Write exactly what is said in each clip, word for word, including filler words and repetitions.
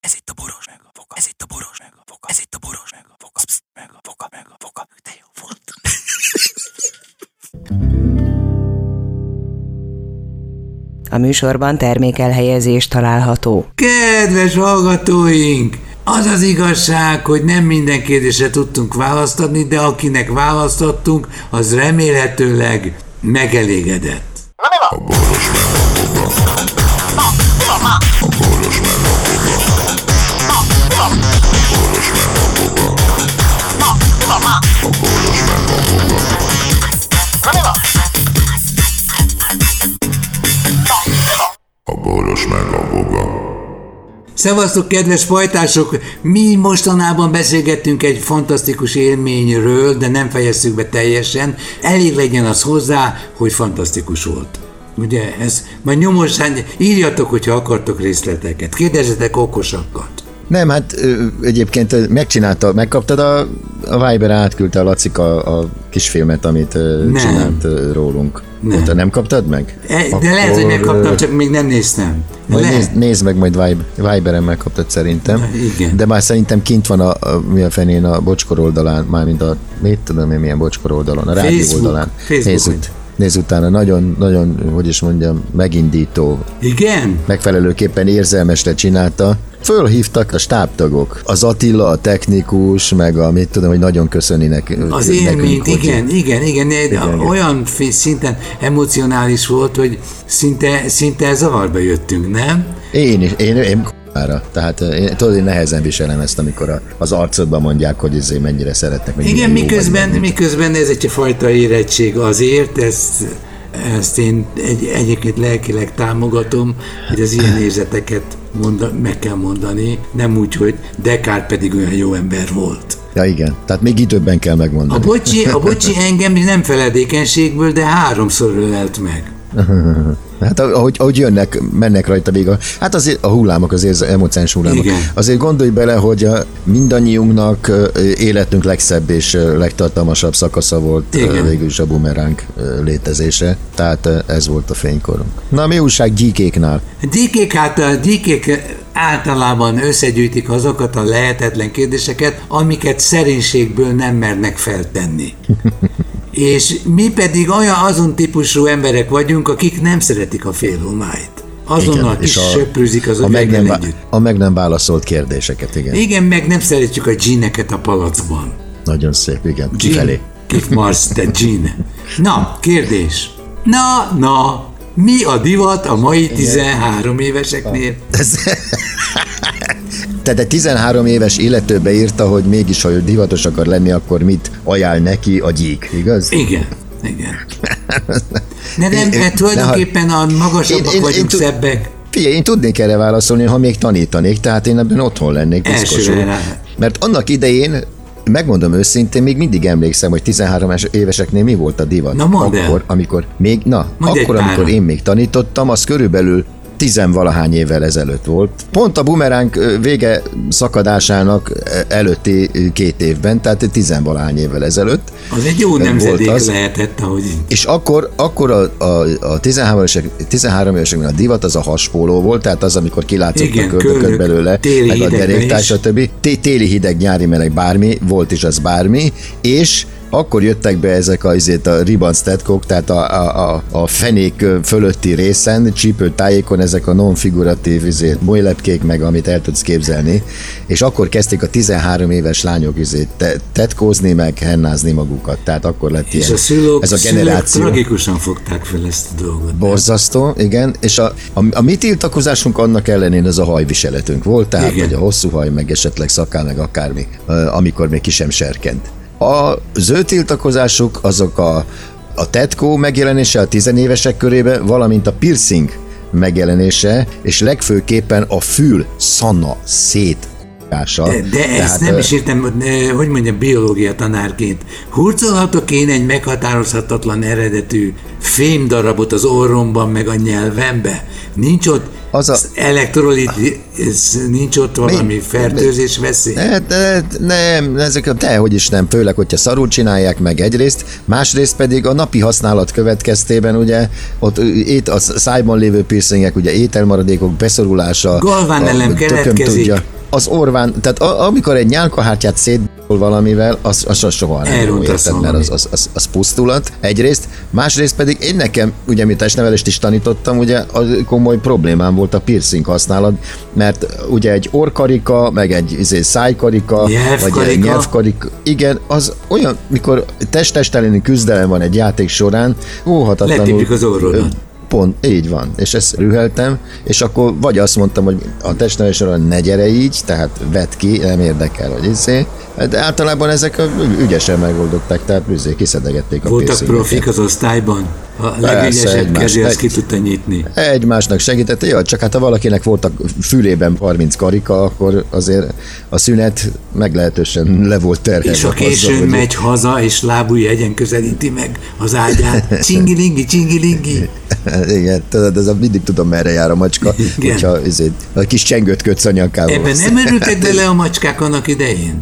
Ez itt a boros, meg a foka. Ez itt a boros, meg a foka. Ez itt a boros, meg a foka. Psz, meg a foka, meg a foka. De jó volt. A műsorban termékelhelyezés található. Kedves hallgatóink! Az az igazság, hogy nem minden kérdésre tudtunk választ adni, de akinek választottunk, az remélhetőleg megelégedett. Na mi van? A boros meg a foga. Na, mi van már? A boros meg a foga. Na, mi van? A boros meg a foga. Na, mi van már? A boros meg a foga. Na, mi van? Na, mi van? A boros meg a foga. Szevasztok, kedves fajtások! Mi mostanában beszélgettünk egy fantasztikus élményről, de nem fejezzük be teljesen. Elég legyen az hozzá, hogy fantasztikus volt. Ugye, ez majd nyomosan írjatok, hogyha akartok részleteket. Kérdezzetek okosakat. Nem, hát egyébként megcsinálta, megkaptad a, a Viber átküldte a Lacika a kisfilmet, amit nem. csinált rólunk. Nem. Ott, nem kaptad meg? E, de Akkor, lehet, hogy megkaptam, csak még nem néztem. Majd nézd, nézd meg, majd Viberen megkaptad szerintem. Na, igen. De már szerintem kint van a, a mi a fenén a bocskor oldalán, mármint a, mit tudom én milyen bocskor oldalon, a rádió oldalán. Nézd, nézd utána, nagyon, nagyon, hogy is mondjam, megindító. Igen? Megfelelőképpen érzelmesre csinálta. Fölhívtak a stábtagok. Az Attila, a technikus, meg a mit tudom, hogy nagyon köszöni nek, az nekünk. élményt, igen, igen, igen, igen, olyan szinten emocionális volt, hogy szinte, szinte zavarba jöttünk, nem? Én is, én, én k***ára. Tehát én, tudod, én nehezen viselem ezt, amikor a, az arcodban mondják, hogy ezért mennyire szeretnek. Igen, miközben, miközben ez egy fajta érettség azért, ezt, ezt én egy, egyébként lelkileg támogatom, hogy az ilyen érzeteket Monda, meg kell mondani, nem úgy, hogy Descartes pedig olyan jó ember volt. Ja igen, tehát még időben kell megmondani. A bocsi, a bocsi engem nem feledékenységből, de háromszor ölelt meg. Hát ahogy, ahogy jönnek, mennek rajta még a, hát azért a hullámok, azért az emocionális hullámok. Igen. Azért gondolj bele, hogy a mindannyiunknak életünk legszebb és legtartalmasabb szakasza volt igen. végül is a bumeránk létezése. Tehát ez volt a fénykorunk. Na, mi újság gyíkéknál? Gyíkék, hát a gyíkék általában összegyűjtik azokat a lehetetlen kérdéseket, amiket szerénységből nem mernek feltenni. És mi pedig olyan azon típusú emberek vagyunk, akik nem szeretik a félhomályt. Azonnal kis söprűzik az öveggel együtt. A meg nem válaszolt kérdéseket, igen. Igen, meg nem szeretjük a dzsineket a palacban. Nagyon szép, igen. Kifelé. Kif Mars, te dzsin. Na, kérdés. Na, na, mi a divat a mai tizenhárom éveseknél? Tehát egy tizenhárom éves illetőbe írta, hogy mégis, ha ő divatos akar lenni, akkor mit ajánl neki a gyík, igaz? Igen, igen. De nem, mert tulajdonképpen a magasabbak én, vagyunk én, szebbek. Figyelj, én tudnék erre válaszolni, ha még tanítanék, tehát én ebben otthon lennék biztosul. Mert annak idején, megmondom őszintén, még mindig emlékszem, hogy tizenhárom éveseknél mi volt a divat. Na mondd el. Akkor, amikor még, na, mondd akkor, amikor én még tanítottam, az körülbelül tizenvalahány évvel ezelőtt volt. Pont a bumeránk vége szakadásának előtti két évben, tehát tizenvalahány évvel ezelőtt. Az egy jó nemzedék az. Lehetett, ahogy... És akkor, akkor a, a, a tizenhárom éveseknél a divat az a haspóló volt, tehát az, amikor kilátszott igen, a köldököt belőle, meg a deréktár, stb. Téli hideg, nyári meleg, bármi, volt is az bármi, és akkor jöttek be ezek a, azért a ribanc tetkók, tehát a, a, a, a fenék fölötti részen, csípő tájékon ezek a non-figuratív izét, molylepkék meg, amit el tudsz képzelni, és akkor kezdték a tizenhárom éves lányok izét te, tetkózni, meg hennázni magukat, tehát akkor lett ilyen. És a szülők, ez a generáció. tragikusan fogták fel ezt a dolgot. Borzasztó, igen, és a, a, a mi tiltakozásunk annak ellenén ez a hajviseletünk volt, tehát igen. hogy a hosszú haj, meg esetleg szakál, meg akármi, amikor még ki sem serkent. Az ő tiltakozásuk azok a, a tetkó megjelenése a tizenévesek körében, valamint a piercing megjelenése, és legfőképpen a fül szana szét. De, de ezt nem is értem, hogy mondjam, biológia tanárként. Hurcolhatok én egy meghatározhatatlan eredetű fémdarabot az orromban, meg a nyelvembe? Nincs ott az a... elektrolit, nincs ott valami mi, fertőzés veszély? Ne, ne, nem, ezek, dehogy is nem, főleg, hogyha szarul csinálják meg egyrészt, másrészt pedig a napi használat következtében ugye ott ét, a szájban lévő piercingek, ugye ételmaradékok beszorulása. Galvánelem keletkezik. az orván, tehát a, amikor egy nyálkahártyát szétból valamivel, az, az, az soha nem jó, érted, mert az, az, az, az pusztulat egyrészt, másrészt pedig én nekem, ugye mi testnevelést is tanítottam, ugye a komoly problémám volt a piercing használat, mert ugye egy orrkarika, meg egy izé, szájkarika, nyelvkarika. vagy egy nyelvkarika, igen, az olyan, mikor test-test elleni küzdelem van egy játék során, óhatatlanul... Letépjük az orrodat. Pont, így van. És ezt rüheltem, és akkor vagy azt mondtam, hogy a testnevelésről ne gyere így, tehát vedd ki, nem érdekel, hogy izé. De általában ezek ügyesen megoldották, tehát büzzé, kiszedegették a voltak profik az osztályban? A legügyesebb kezé azt ki tudta nyitni. Egymásnak segített, jó, csak hát ha valakinek voltak fülében harminc karika, akkor azért a szünet meglehetősen le volt terhelve. És a későn azzal, megy hogy... haza, és lábújhegyen közelíti meg az ágyát. Csingilingi, csingilingi. Igen, tudod, ez a, mindig tudom, merre jár a macska, igen. Hogyha ezért, a kis csengőt kötsz a nyakával. Ebben nem örültek bele a macskák annak idején?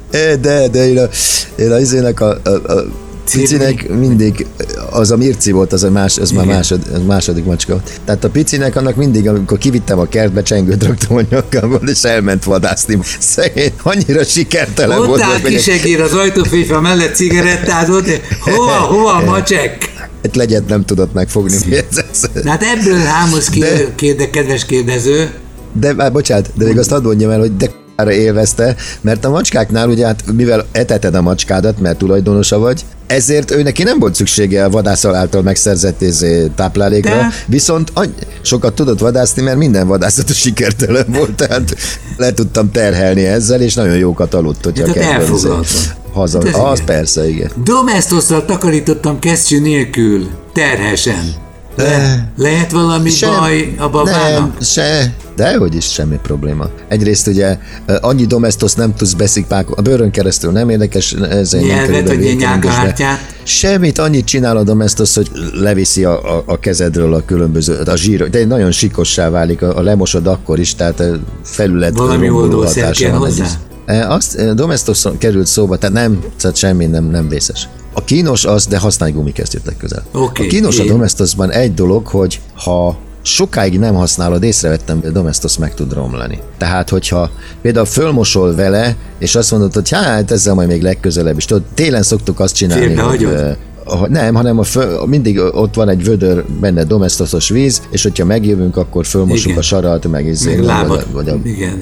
De, de én a, én a izének a, a, a Picinek mindig, az a Mirci volt, az, a más, az már másod, az második macska. Tehát a Picinek annak mindig, amikor kivittem a kertbe, csengőt raktam a nyakából, és elment vadászni. Szegény, annyira sikertelen ott volt. Ott áll kisegér az ajtóféfa mellett cigarettázott, hova, hova a macsek? Egy legyet nem tudott megfogni. Na hát ebből hámoz ki, de, kérde, kedves kérdező. De, hát, bocsánat, de még azt hadd mondjam el, hogy de élvezte, mert a macskáknál ugye, hát, mivel eteted a macskádat, mert tulajdonosa vagy, ezért ő neki nem volt szüksége a vadászal által megszerzett táplálékra, de... viszont sokat tudott vadászni, mert minden vadászat sikertelen volt, tehát le tudtam terhelni ezzel, és nagyon jókat aludt, hogyha kell. Haza. Az igen. Persze, igen. Domestosszal takarítottam kesztyű nélkül, terhesen. Le, lehet valami sem, baj a babának? Nem, se, dehogy is semmi probléma. Egyrészt ugye annyi domestos nem tudsz beszipálni, a bőrön keresztül nem érdekes. Nyelvet, vagy egy nyálkahártyát? Semmit, annyit csinál a domestos, hogy leviszi a, a, a kezedről a különböző, a zsír, de nagyon sikossá válik, a, a lemosod akkor is, tehát a felület valami oldószer kell hozzá? Azt domestos került szóba, tehát nem, tehát semmi nem, nem vészes. A kínos az, de használj gumikesztyűt legközelebb. Okay, a kínos én. A domestosban egy dolog, hogy ha sokáig nem használod, észrevettem, hogy a domestos meg tud romlani. Tehát, hogyha például fölmosol vele, és azt mondod, hogy hát ezzel majd még legközelebb is. Tudod, télen szoktuk azt csinálni, hogy, hogy nem, hanem a föl, mindig ott van egy vödör, benne domestosos víz, és hogyha megjövünk, akkor fölmosuk igen. A sarat, meg izé. Meg lábat, vagy a, igen.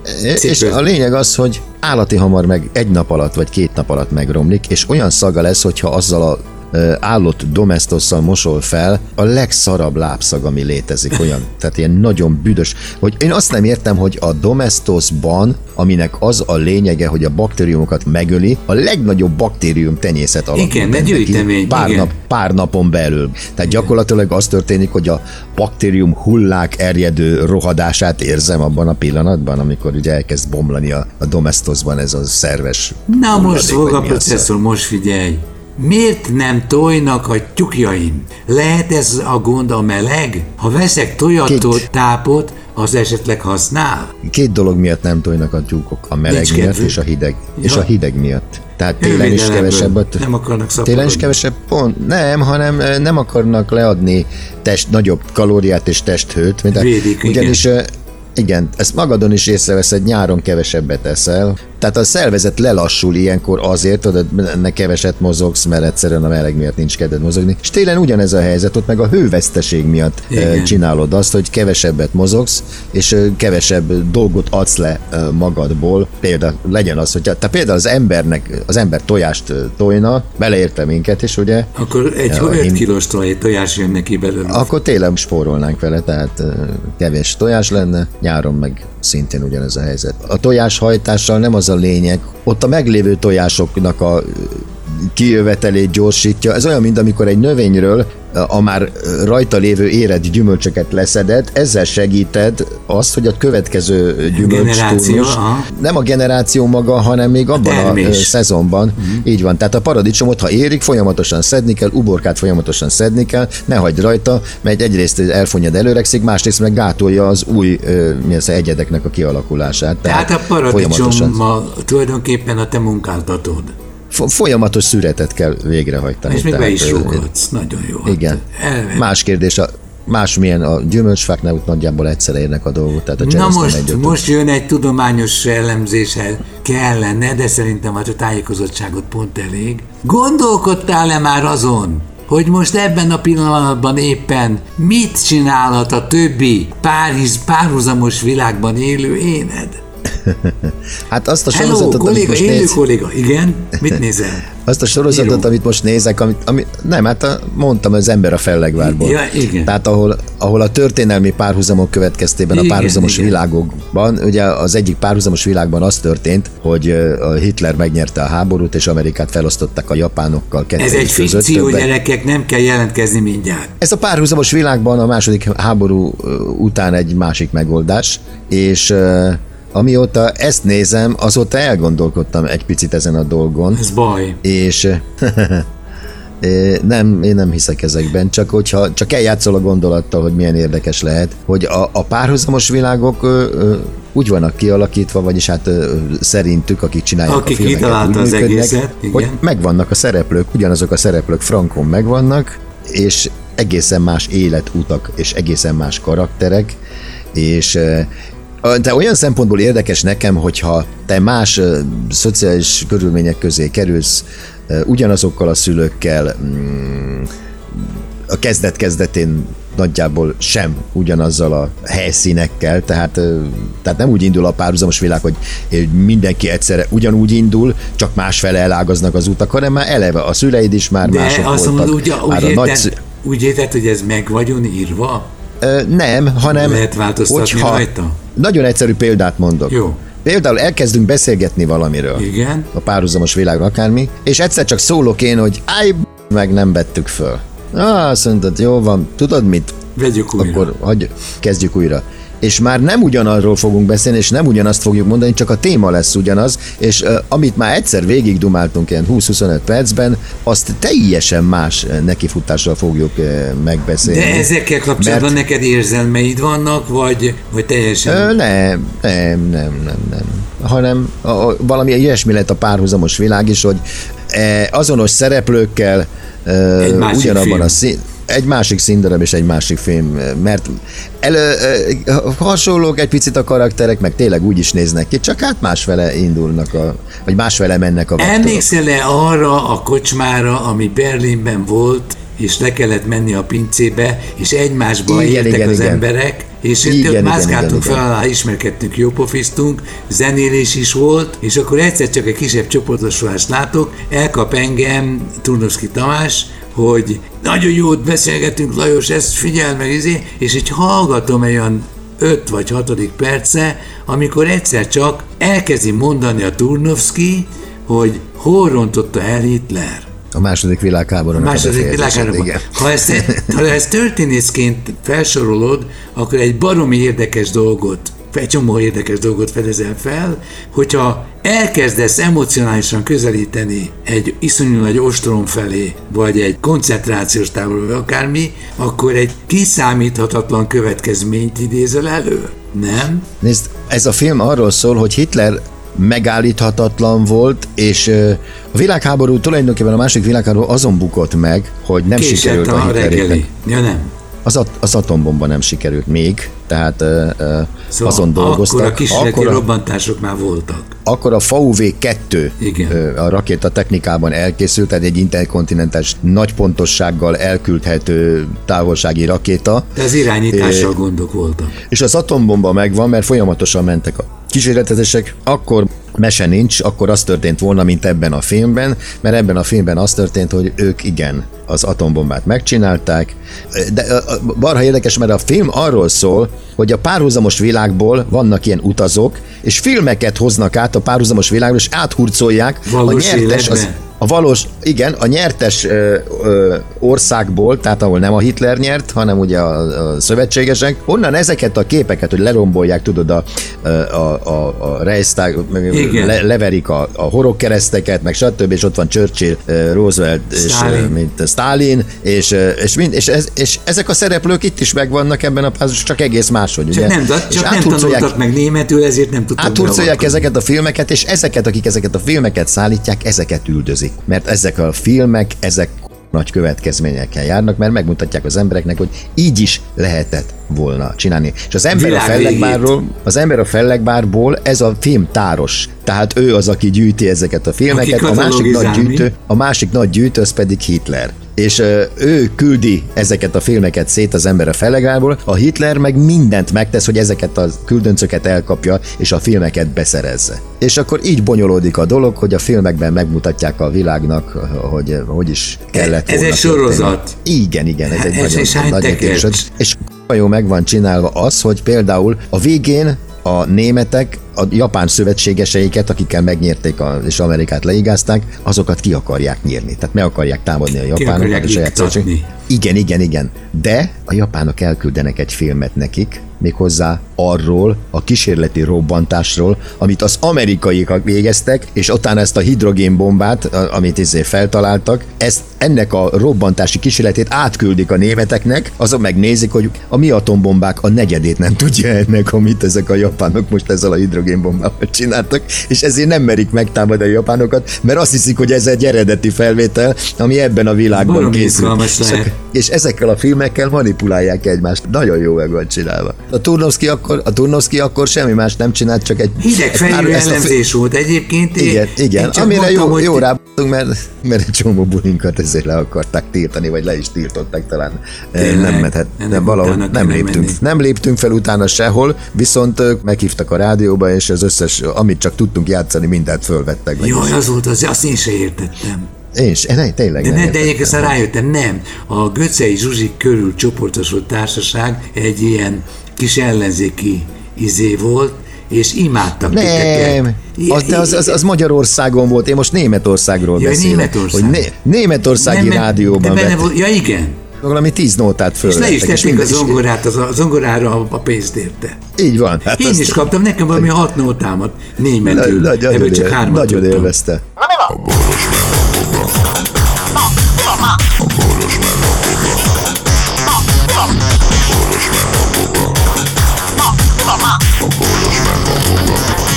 És a lényeg az, hogy állati hamar meg egy nap alatt, vagy két nap alatt megromlik, és olyan szaga lesz, hogyha azzal a állott domestosszal mosol fel, a legszarabb lábszag, ami létezik, olyan, tehát ilyen nagyon büdös, hogy én azt nem értem, hogy a domestosban, aminek az a lényege, hogy a baktériumokat megöli, a legnagyobb baktérium tenyészet alakul. Igen, de gyűjtemény. Pár, igen. Nap, pár napon belül. Tehát igen. Gyakorlatilag az történik, hogy a baktérium hullák erjedő rohadását érzem abban a pillanatban, amikor ugye elkezd bomlani a, a domestosban ez a szerves. Na most fog a processzor, most figyelj! Miért nem tojnak a tyúkjaim? Lehet ez a gond a meleg? Ha veszek tojattól tápot, az esetleg használ? Két dolog miatt nem tojnak a tyúkok. A meleg Nincs miatt kedvű. és a hideg. Ja. És a hideg miatt. Tehát télen is kevesebbet. Nem akarnak szaporodni. Télen is kevesebb pont. Nem, hanem nem akarnak leadni test, nagyobb kalóriát és testhőt. Mint Védik, ugyanis igen. Igen, ezt magadon is észreveszed, nyáron kevesebbet eszel. Tehát a szervezet lelassul ilyenkor azért, hogy ne keveset mozogsz, mert egyszerűen a meleg miatt nincs kedved mozogni. És télen ugyanez a helyzet, ott meg a hőveszteség miatt igen. csinálod azt, hogy kevesebbet mozogsz, és kevesebb dolgot adsz le magadból. Például legyen az, hogy te például az embernek, az ember tojást tojna, beleérte minket is, ugye? Akkor egy öt kilós tojás jön neki belőle. Akkor télen spórolnánk vele, tehát kevés tojás lenne, nyáron meg szintén ugyanez a helyzet. A tojáshajtással nem az a lényeg, ott a meglévő tojásoknak a kijövetelét gyorsítja. Ez olyan, mint amikor egy növényről a már rajta lévő érett gyümölcsöket leszeded, ezzel segíted azt, hogy a következő gyümölcstúrus, nem a generáció maga, hanem még abban a, a szezonban, mm. így van. Tehát a paradicsomot, ha érik, folyamatosan szedni kell, uborkát folyamatosan szedni kell, ne hagyd rajta, mert egyrészt elfonyad, előrekszik, másrészt meg gátolja az új mi az, egyedeknek a kialakulását. Tehát, tehát a paradicsom ma tulajdonképpen a te munkáltatod. Folyamatos szüretet kell végrehajtani. És még be is rúghatsz, nagyon jó. Igen. Elven. Más kérdés, a, másmilyen a gyümölcsfáknál úgy nagyjából egyszerre érnek a dolgok. Tehát a Na most, most jön egy tudományos elemzéssel kellene, de szerintem a tájékozottságot pont elég. Gondolkodtál-e már azon, hogy most ebben a pillanatban éppen mit csinálhat a többi párhiz, párhuzamos világban élő éned? Hát azt a sorozatot, Hello, kolléga, most élő néz... kolléga, igen? Mit nézel? Azt a sorozatot, Író. amit most nézek, amit, ami, nem, hát a, mondtam, az ember a Fellegvárból. Ja, igen. Tehát ahol, ahol a történelmi párhuzamok következtében, igen, a párhuzamos igen. világokban, ugye az egyik párhuzamos világban az történt, hogy a Hitler megnyerte a háborút, és Amerikát felosztották a japánokkal kettő Ez egy fikció, gyerekek, nem kell jelentkezni mindjárt. Ez a párhuzamos világban a második háború után egy másik megoldás, és amióta ezt nézem, azóta elgondolkodtam egy picit ezen a dolgon. Ez baj. És nem, én nem hiszek ezekben, csak hogyha csak eljátszol a gondolattal, hogy milyen érdekes lehet, hogy a, a párhuzamos világok ö, ö, úgy vannak kialakítva, vagyis hát ö, szerintük, akik csinálják akik a filmeket, úgy az működnek, egészet, igen. hogy megvannak a szereplők, ugyanazok a szereplők frankon megvannak, és egészen más életutak, és egészen más karakterek, és de olyan szempontból érdekes nekem, hogyha te más uh, szociális körülmények közé kerülsz, uh, ugyanazokkal a szülőkkel, um, a kezdet-kezdetén nagyjából sem ugyanazzal a helyszínekkel, tehát, uh, tehát nem úgy indul a párhuzamos világ, hogy mindenki egyszerre ugyanúgy indul, csak másfele elágaznak az utak, hanem már eleve a szüleid is már de mások azt voltak. Mondod, úgy, úgy, érted, nagy... úgy érted, hogy ez meg vagyon írva? Nem, hanem lehet változtatni hogyha, rajta? Nagyon egyszerű példát mondok. Jó. Például elkezdünk beszélgetni valamiről. Igen. A párhuzamos világról akármi, és egyszer csak szólok én, hogy áj, meg nem vettük föl. Ah, azt mondtad, jó van, tudod mit? Vegyük újra. Akkor hagyj, kezdjük újra. És már nem ugyanarról fogunk beszélni, és nem ugyanazt fogjuk mondani, csak a téma lesz ugyanaz, és uh, amit már egyszer végigdumáltunk ilyen húsz-huszonöt percben, azt teljesen más nekifutással fogjuk uh, megbeszélni. De ezekkel kapcsolatban mert... neked érzelmeid vannak, vagy, vagy teljesen... Uh, nem, nem, nem, nem, nem. Hanem a, a, valami ilyesmi lett a párhuzamos világ is, hogy e, azonos szereplőkkel uh, ugyanabban a szín... Egy másik színdarab és egy másik film, mert elő, hasonlók egy picit a karakterek, meg tényleg úgy is néznek ki, csak hát másfele indulnak, a, vagy másfele mennek a vektorok. Emlékszel-e arra a kocsmára, ami Berlinben volt, és le kellett menni a pincébe, és egymásba igen, éltek igen, az igen. emberek, és itt mászkáltunk fel alá, ismerkedtünk, jópofiztunk, zenélés is volt, és akkor egyszer csak egy kisebb csoportosulást látok, elkap engem Turnovszky Tamás, hogy nagyon jót beszélgetünk, Lajos, ezt figyeld meg, izé, és így hallgatom olyan öt vagy hatodik perce, amikor egyszer csak elkezdi mondani a Turnovszky, hogy hol rontotta el Hitler. A második világháborúban. A második világháborúban. Ha ezt, ha ezt történészként felsorolod, akkor egy baromi érdekes dolgot, egy csomó érdekes dolgot fedezel fel, hogyha elkezdesz emocionálisan közelíteni egy iszonyú nagy ostrom felé, vagy egy koncentrációs táborba, vagy akármi, akkor egy kiszámíthatatlan következményt idézel elő. Nem? Nézd, ez a film arról szól, hogy Hitler megállíthatatlan volt, és a világháború tulajdonképpen a második világháború azon bukott meg, hogy nem Késett sikerült a, a Hitlerének. Ja, nem. Az, at- az atombomba nem sikerült még, tehát uh, szóval azon dolgoztak. Akkor a kísérleti robbantások már voltak. Akkor a F U V kettő Igen. a rakéta technikában elkészült, tehát egy interkontinentális nagy pontossággal elküldhető távolsági rakéta. De az irányítással é, gondok voltak. És az atombomba megvan, mert folyamatosan mentek a kísérletezések, akkor mese nincs, akkor az történt volna, mint ebben a filmben, mert ebben a filmben az történt, hogy ők igen, az atombombát megcsinálták, de barha érdekes, mert a film arról szól, hogy a párhuzamos világból vannak ilyen utazók, és filmeket hoznak át a párhuzamos világból, és áthurcolják valós a nyertes, az, a valós, igen, a nyertes ö, ö, országból, tehát ahol nem a Hitler nyert, hanem ugye a, a szövetségesek, onnan ezeket a képeket, hogy lerombolják, tudod, a, a, a, a Reichstag, le, leverik a, a horogkereszteket, meg stb., és ott van Churchill, Roosevelt, Stalin. és mint Stalin, és, és, mind, és, ez, és ezek a szereplők itt is megvannak ebben a pázos, csak egész máshogy, ugye? Csak nem, csak nem tanultak meg németül, ezért nem tudtak áthurcolják ezeket a filmeket, és ezeket, akik ezeket a filmeket szállítják, ezeket üldözik. Mert ezek a filmek, ezek nagy következményekkel járnak, mert megmutatják az embereknek, hogy így is lehetett volna csinálni. És az ember Világ a fellegbárról, az ember a fellegbárból, ez a film táros. Tehát ő az, aki gyűjti ezeket a filmeket, a másik, nagy gyűjtő, a másik nagy gyűjtő, az pedig Hitler. És uh, ő küldi ezeket a filmeket szét az ember a fellegbárból, a Hitler meg mindent megtesz, hogy ezeket a küldöncöket elkapja, és a filmeket beszerezze. És akkor így bonyolódik a dolog, hogy a filmekben megmutatják a világnak, hogy hogy is kellett volna. Ez egy sorozat. Igen, igen, ez egy ez nagyon nagy kérdés. És jó meg van csinálva az, hogy például a végén a németek a japán szövetségeseiket, akikkel megnyerték a, és Amerikát leigázták, azokat ki akarják nyírni. Tehát meg akarják támadni a japánokat. És a igen, igen, igen. De a japánok elküldenek egy filmet nekik, méghozzá arról, a kísérleti robbantásról, amit az amerikaiak végeztek, és utána ezt a hidrogénbombát, amit izé feltaláltak, ezt, ennek a robbantási kísérletét átküldik a németeknek, azok megnézik, hogy a mi atombombák a negyedét nem tudja ennek, amit ezek a japánok most ezzel a hidrogénbombával csináltak, és ezért nem merik megtámadni a japánokat, mert azt hiszik, hogy ez egy eredeti felvétel, ami ebben a világban készül. És, és ezekkel a filmekkel manipulálják egymást. Nagyon jó meg van csinálva. A Turnovszky akkor, a Turnovszky akkor semmi más nem csinált, csak egy... Hidegfejű elemzés fi... volt egyébként. Igen, igen. Amire mondtam, jó, hogy... jó rábadtunk, mert, mert egy csomó bulinkat ezért le akarták tiltani, vagy le is tiltották talán. Tényleg, nem, mert hát, de valahogy nem léptünk, nem léptünk fel utána sehol, viszont ők meghívtak a rádióba, és az összes, amit csak tudtunk játszani, mindent fölvettek. Jaj, az volt az, azt én se értettem. Én sem, ne, tényleg de nem. Ne, de egyébként aztán rájöttem, nem. A Götzei Zsuzsik körül csoportosult társaság egy ilyen kis ellenzéki izé volt, és imádtak nem, titeket. Az, de az, az, az Magyarországon volt, én most Németországról ja, beszélek. Németország. Hogy né, németországi nem, rádióban vett. Volt, ja igen. Valami tíz nótát fölvettek. És le is tették a zongorát, az a zongorára a pénzt érte. Így van. Hát én is kaptam, nekem valami hat nótámat németül. Na, nagyon ebből csak hármat nagyon tudtam. Élvezte. A boros megakobra. A boros megakobra. A boros megakobra. A boros megakobra.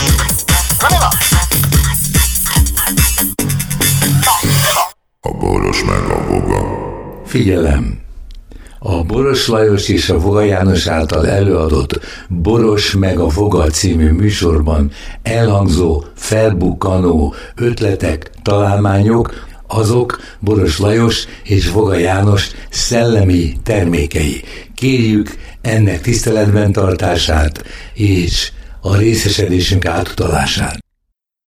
A boros megakobra. Figyelem! A Boros Lajos és a Voga János által előadott Boros meg a Voga című műsorban elhangzó, felbukkanó ötletek, találmányok, azok Boros Lajos és Voga János szellemi termékei. Kérjük ennek tiszteletben tartását és a részesedésünk átutalását.